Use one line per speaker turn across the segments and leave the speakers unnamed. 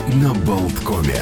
на Болткоме.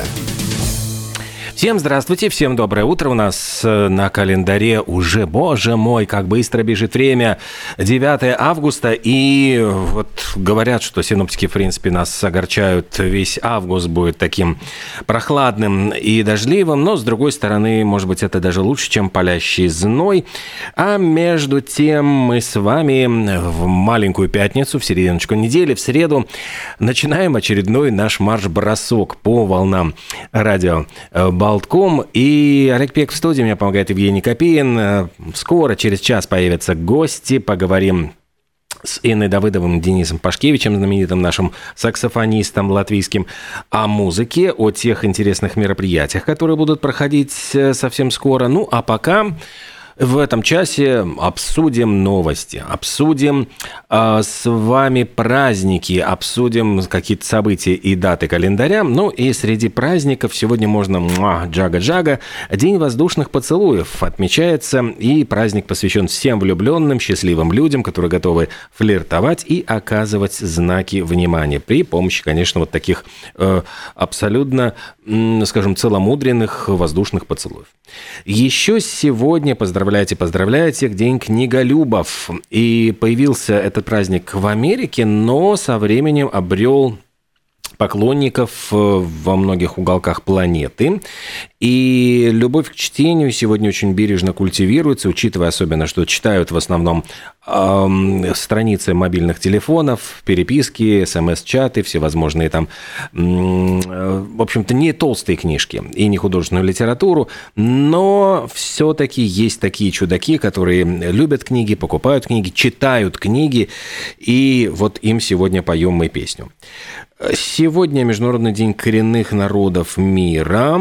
Всем здравствуйте, всем доброе утро. У нас на календаре уже, боже мой, как быстро бежит время, 9 августа. И вот говорят, что синоптики, в принципе, нас огорчают. Весь август будет таким прохладным и дождливым. Но, с другой стороны, может быть, это даже лучше, чем палящий зной. А между тем мы с вами в маленькую пятницу, в серединочку недели, в среду, начинаем очередной наш марш-бросок по волнам радио Болтком. И Олег Пек в студии, мне помогает Евгений Копеин. Скоро, через час, появятся гости. Поговорим с Инной Давыдовым, Денисом Пашкевичем, знаменитым нашим саксофонистом латвийским, о музыке, о тех интересных мероприятиях, которые будут проходить совсем скоро. Ну, а пока в этом часе обсудим новости, обсудим с вами праздники, обсудим какие-то события и даты календаря. Ну и среди праздников сегодня можно джага-джага, День воздушных поцелуев отмечается, и праздник посвящен всем влюбленным, счастливым людям, которые готовы флиртовать и оказывать знаки внимания при помощи, конечно, вот таких абсолютно, скажем, целомудренных воздушных поцелуев. Еще сегодня поздравляйте, День книголюбов. И появился этот праздник в Америке, но со временем обрел поклонников во многих уголках планеты. И любовь к чтению сегодня очень бережно культивируется, учитывая особенно, что читают в основном страницы мобильных телефонов, переписки, смс-чаты, всевозможные там, в общем-то, не толстые книжки и не художественную литературу, но все-таки есть такие чудаки, которые любят книги, покупают книги, читают книги, и вот им сегодня поем мы песню. Сегодня Международный день коренных народов мира.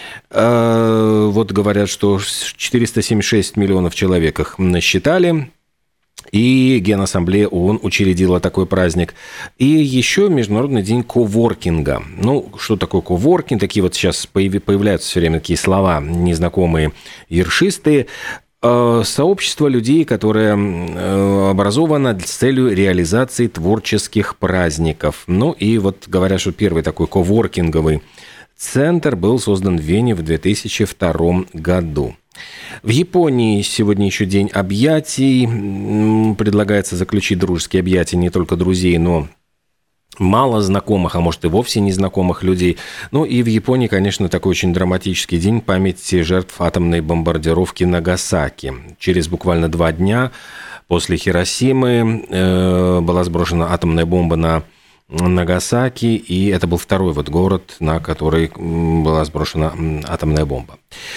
Вот говорят, что 476 миллионов человек их насчитали. И Генассамблея ООН учредила такой праздник. И еще Международный день коворкинга. Ну, что такое коворкинг? Такие вот сейчас появляются все время такие слова незнакомые, ершистые. Сообщество людей, которое образовано с целью реализации творческих праздников. Ну и вот говорят, что первый такой коворкинговый центр был создан в Вене в 2002 году. В Японии сегодня еще день объятий. Предлагается заключить дружеские объятия не только друзей, но мало знакомых, а может и вовсе незнакомых людей. Ну и в Японии, конечно, такой очень драматический день памяти жертв атомной бомбардировки Нагасаки. Через буквально 2 дня после Хиросимы была сброшена атомная бомба на Нагасаки, и это был второй вот город, на который была сброшена атомная бомба.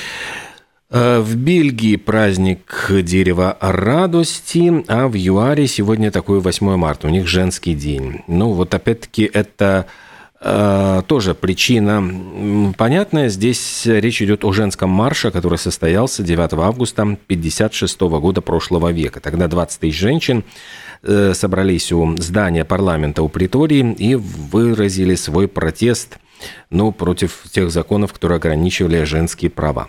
В Бельгии праздник дерева радости, а в ЮАРе сегодня такой 8 марта, у них женский день. Ну вот опять-таки это тоже причина понятная. Здесь речь идет о женском марше, который состоялся 9 августа 1956 года прошлого века. Тогда 20 тысяч женщин собрались у здания парламента у Претории и выразили свой протест, против тех законов, которые ограничивали женские права.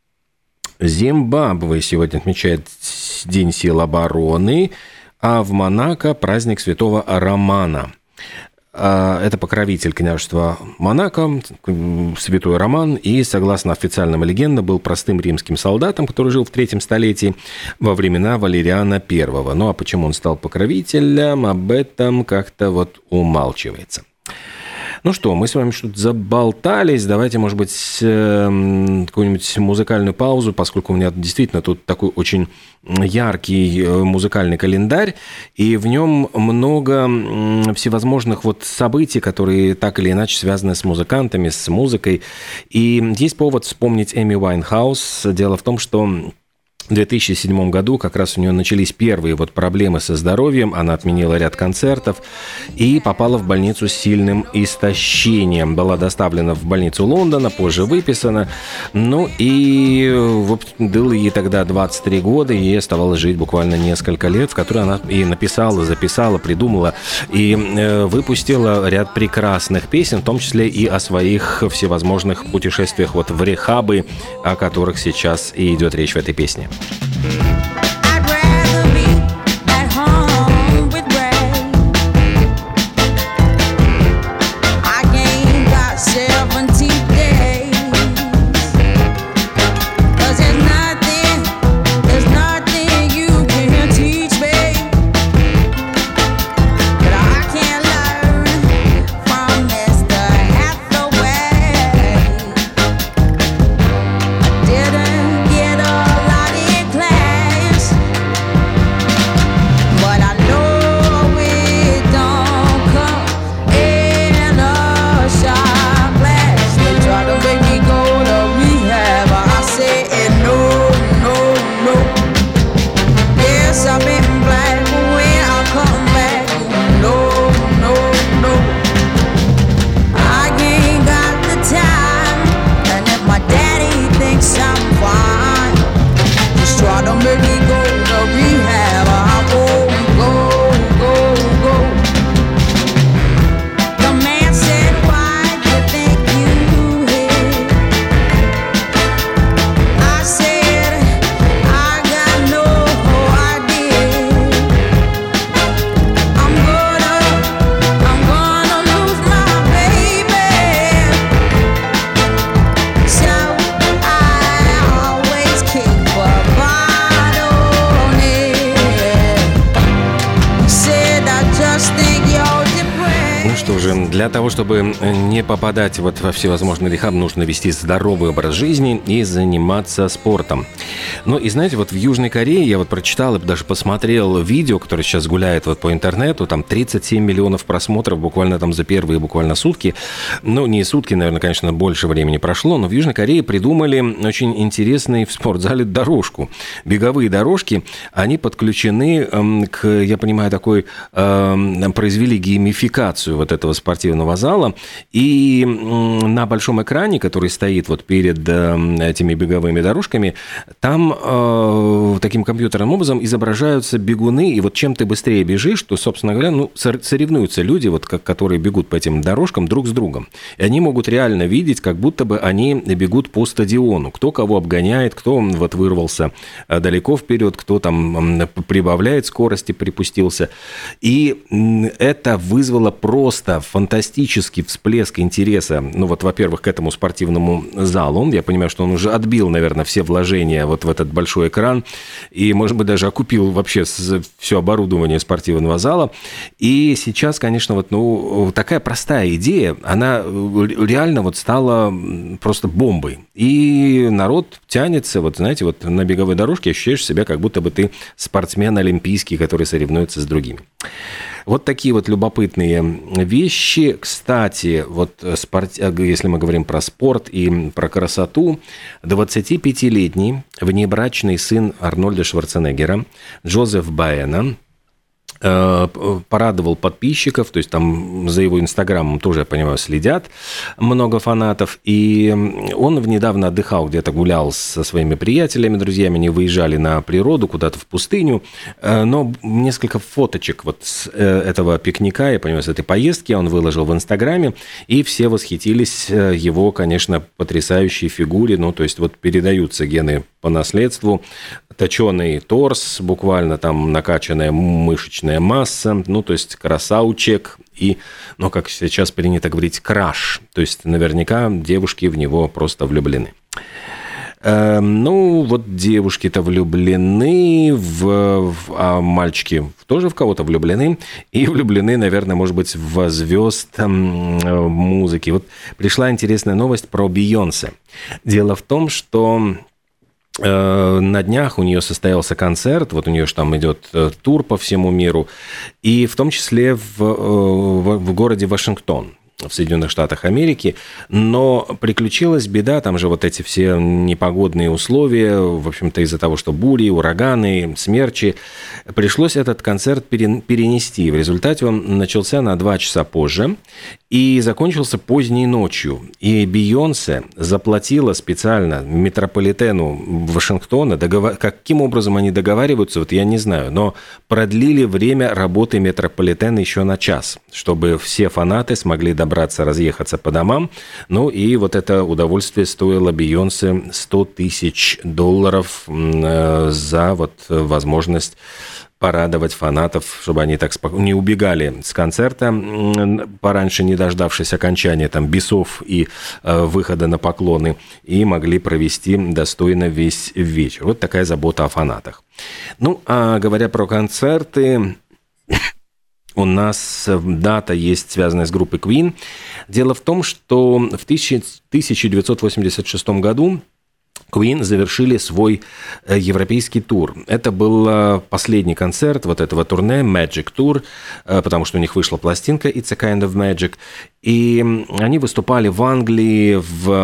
Зимбабве сегодня отмечает День сил обороны, а в Монако праздник святого Романа. Это покровитель княжества Монако, святой Роман, и, согласно официальным легендам, был простым римским солдатом, который жил в 3 столетии во времена Валериана I. Ну а почему он стал покровителем, об этом как-то вот умалчивается. Ну что, мы с вами что-то заболтались. Давайте, может быть, какую-нибудь музыкальную паузу, поскольку у меня действительно тут такой очень яркий музыкальный календарь, и в нем много всевозможных вот событий, которые так или иначе связаны с музыкантами, с музыкой. И есть повод вспомнить Эми Уайнхаус. Дело в том, что в 2007 году как раз у нее начались первые вот проблемы со здоровьем, она отменила ряд концертов и попала в больницу с сильным истощением. Была доставлена в больницу Лондона, позже выписана. Ну и вот было ей тогда 23 года, и ей оставалось жить буквально несколько лет, в которые она и написала, записала, придумала и выпустила ряд прекрасных песен, в том числе и о своих всевозможных путешествиях вот в рехабы, о которых сейчас и идет речь в этой песне. что же, для того, чтобы не попадать вот во всевозможные грехи, нужно вести здоровый образ жизни и заниматься спортом. Ну и знаете, вот в Южной Корее я вот прочитал и даже посмотрел видео, которое сейчас гуляет вот по интернету, там 37 миллионов просмотров буквально там за первые буквально сутки. Ну, не сутки, наверное, конечно, больше времени прошло, но в Южной Корее придумали очень интересный в спортзале дорожку. Беговые дорожки, они подключены к, я понимаю, такой, произвели геймификацию вот этого спортивного зала, и на большом экране, который стоит вот перед этими беговыми дорожками, там таким компьютерным образом изображаются бегуны, и вот чем ты быстрее бежишь, то, собственно говоря, ну, соревнуются люди, вот, которые бегут по этим дорожкам друг с другом. И они могут реально видеть, как будто бы они бегут по стадиону. Кто кого обгоняет, кто вот вырвался далеко вперед, кто там прибавляет скорости, припустился. И это вызвало просто фантастический всплеск интереса, ну вот, во-первых, к этому спортивному залу. Я понимаю, что он уже отбил, наверное, все вложения вот в этот большой экран и, может быть, даже окупил вообще все оборудование спортивного зала. И сейчас, конечно, вот, ну, такая простая идея, она реально вот стала просто бомбой. И народ тянется, вот, знаете, вот на беговой дорожке ощущаешь себя, как будто бы ты спортсмен олимпийский, который соревнуется с другими. Вот такие вот любопытные вещи. Кстати, вот если мы говорим про спорт и про красоту, 25-летний внебрачный сын Арнольда Шварценеггера Джозеф Баэна порадовал подписчиков, то есть там за его инстаграмом тоже, я понимаю, следят много фанатов, и он недавно отдыхал, где-то гулял со своими приятелями, друзьями, они выезжали на природу, куда-то в пустыню, но несколько фоточек вот с этого пикника, я понимаю, с этой поездки он выложил в инстаграме, и все восхитились его, конечно, потрясающей фигуре, ну, то есть вот передаются гены по наследству, точеный торс, буквально там накачанная мышечная масса, ну, то есть красавчик и, ну, как сейчас принято говорить, краш, то есть наверняка девушки в него просто влюблены. Ну, вот девушки-то влюблены, а мальчики тоже в кого-то влюблены, и влюблены, наверное, может быть, в звезд музыки. Вот пришла интересная новость про Бейонсе. Дело в том, что на днях у нее состоялся концерт, вот у нее же там идет тур по всему миру, и в том числе в городе Вашингтон, в Соединенных Штатах Америки, но приключилась беда, там же вот эти все непогодные условия, в общем-то из-за того, что бури, ураганы, смерчи, пришлось этот концерт перенести. В результате он начался на 2 часа позже и закончился поздней ночью. И Бейонсе заплатила специально метрополитену Вашингтона, каким образом они договариваются, вот я не знаю, но продлили время работы метрополитена еще на час, чтобы все фанаты смогли добраться, разъехаться по домам. Ну и вот это удовольствие стоило Бейонсе $100 000 за вот возможность порадовать фанатов, чтобы они так спокойно не убегали с концерта, пораньше не дождавшись окончания там бисов и выхода на поклоны, и могли провести достойно весь вечер. Вот такая забота о фанатах. Ну, а говоря про концерты, у нас дата есть, связанная с группой Queen. Дело в том, что в 1986 году Queen завершили свой европейский тур. Это был последний концерт вот этого турне Magic Tour, потому что у них вышла пластинка It's a Kind of Magic. И они выступали в Англии, в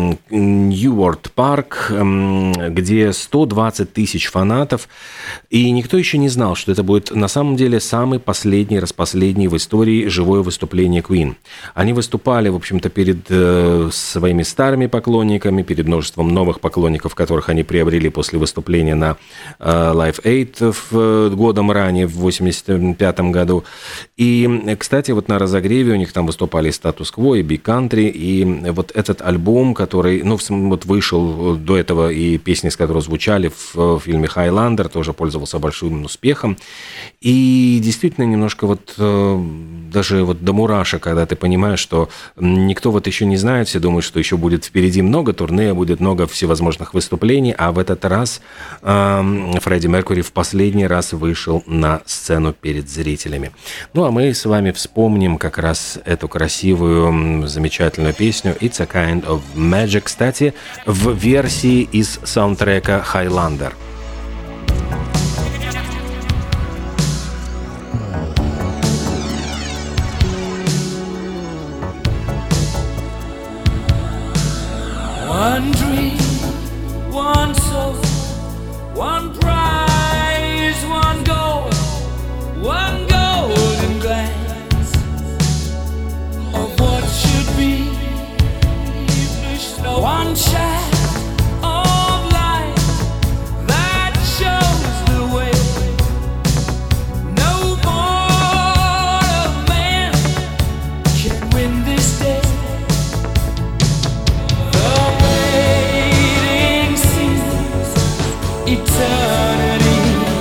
Ньюорт Парк, где 120 000 фанатов. И никто еще не знал, что это будет на самом деле самый последний, распоследний в истории живое выступление Queen. Они выступали, в общем-то, перед своими старыми поклонниками, перед множеством новых поклонников, которых они приобрели после выступления на Live Aid годом ранее, в 1985 году. И, кстати, вот на разогреве у них там выступали пропали статус-кво и Big Country, и вот этот альбом, который, вот вышел до этого, и песни, с которого звучали в фильме «Хайландер», тоже пользовался большим успехом, и действительно немножко даже до мурашек, когда ты понимаешь, что никто еще не знает, все думают, что еще будет впереди много турне, будет много всевозможных выступлений, а в этот раз Фредди Меркьюри в последний раз вышел на сцену перед зрителями. А мы с вами вспомним как раз эту красивую, замечательную песню «It's a Kind of Magic», кстати, в версии из саундтрека «Хайландер».
One dream, one soul, one prize, one goal, one golden glance of what should be. One shaft of light that shows the way. No mortal man can win this day. Eternity,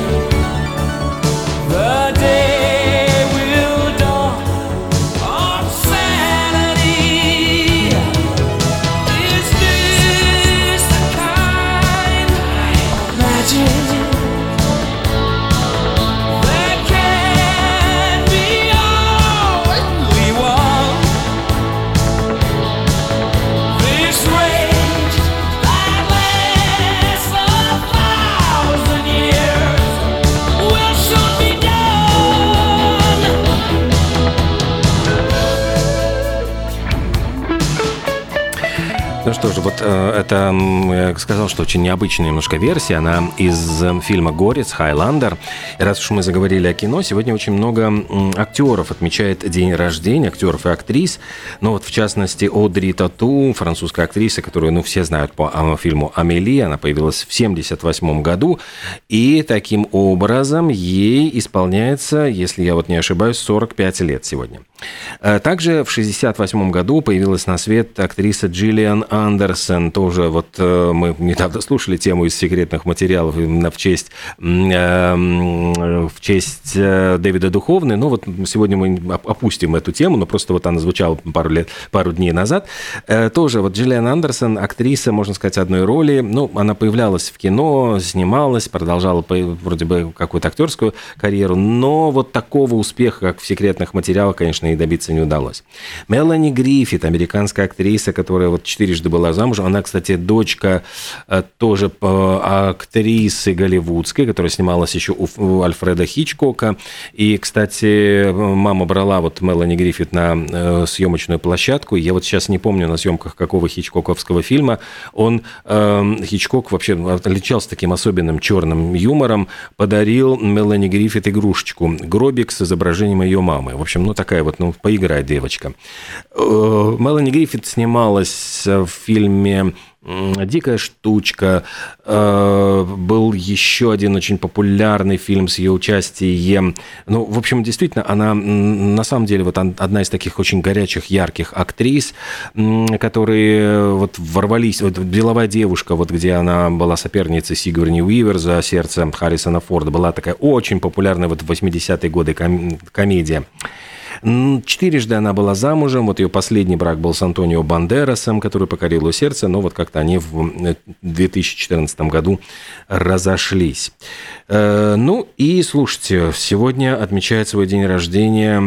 the day will dawn on sanity. Is this the kind of magic that can be all we want? This rage that lasts will soon be done.
Ну что ж, это, я сказал, что очень необычная немножко версия, она из фильма «Горец», «Хайландер». И раз уж мы заговорили о кино, сегодня очень много актеров отмечает день рождения, актеров и актрис. В частности, Одри Тату, французская актриса, которую, все знают по фильму «Амели», она появилась в 1978 году, и таким образом ей исполняется, если я не ошибаюсь, 45 лет сегодня. Также в 1968 году появилась на свет актриса Джиллиан Андерсон. Тоже мы недавно слушали тему из секретных материалов в честь Дэвида Духовны. Сегодня мы опустим эту тему, но просто она звучала пару дней назад. Тоже Джиллиан Андерсон, актриса, можно сказать, одной роли. Она появлялась в кино, снималась, продолжала вроде бы какую-то актерскую карьеру, но такого успеха, как в секретных материалах, конечно, и добиться не удалось. Мелани Гриффит, американская актриса, которая 4-жды была замужем. Она, кстати, дочка тоже актрисы голливудской, которая снималась еще у Альфреда Хичкока. И, кстати, мама брала Мелани Гриффит на съемочную площадку. Я сейчас не помню на съемках какого хичкоковского фильма. Хичкок вообще отличался таким особенным черным юмором. Подарил Мелани Гриффит игрушечку. Гробик с изображением ее мамы. В общем, такая поиграй, девочка. Мелани Гриффит снималась в фильме «Дикая штучка». Был еще один очень популярный фильм с ее участием. В общем, действительно, она на самом деле одна из таких очень горячих, ярких актрис, которые ворвались. «Деловая девушка», где она была соперницей Сигурни Уивер за сердце Харрисона Форда, была такая очень популярная в 80-е годы комедия. 4-жды она была замужем. Ее последний брак был с Антонио Бандерасом, который покорил ее сердце, но как-то они в 2014 году разошлись. И слушайте, сегодня отмечает свой день рождения,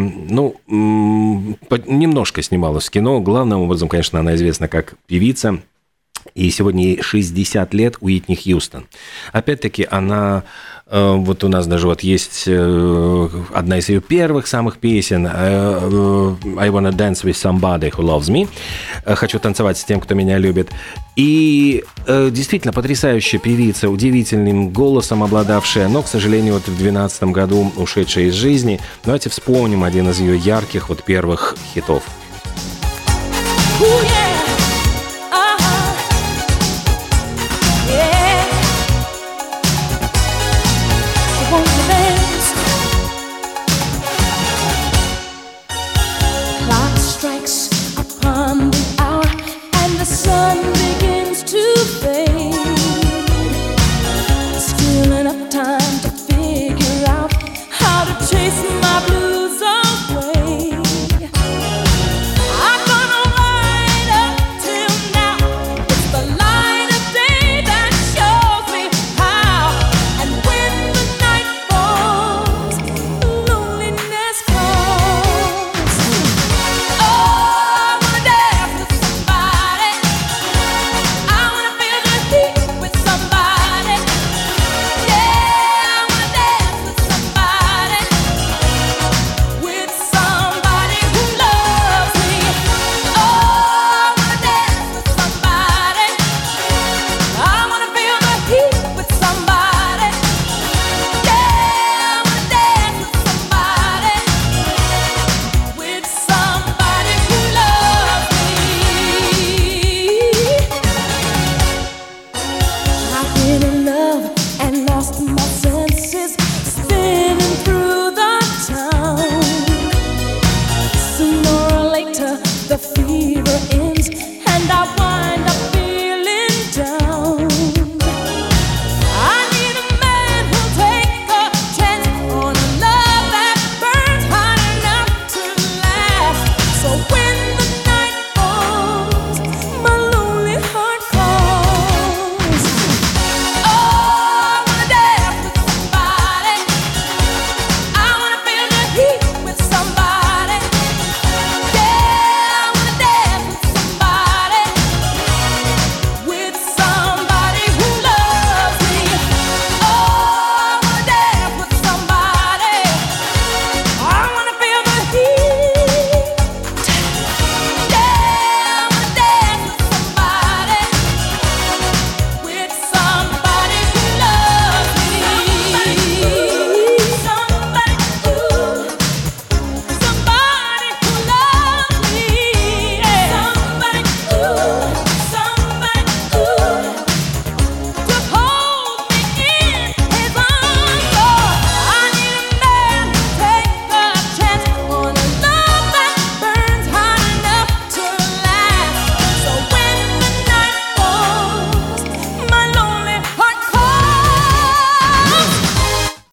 немножко снималась в кино. Главным образом, конечно, она известна как певица. И сегодня ей 60 лет, Уитни Хьюстон. Опять-таки, она... у нас даже есть одна из ее первых самых песен «I wanna dance with somebody who loves me». «Хочу танцевать с тем, кто меня любит». И действительно потрясающая певица, удивительным голосом обладавшая, но, к сожалению, в 2012 году ушедшая из жизни. Давайте вспомним один из ее ярких первых хитов.
Strikes feel.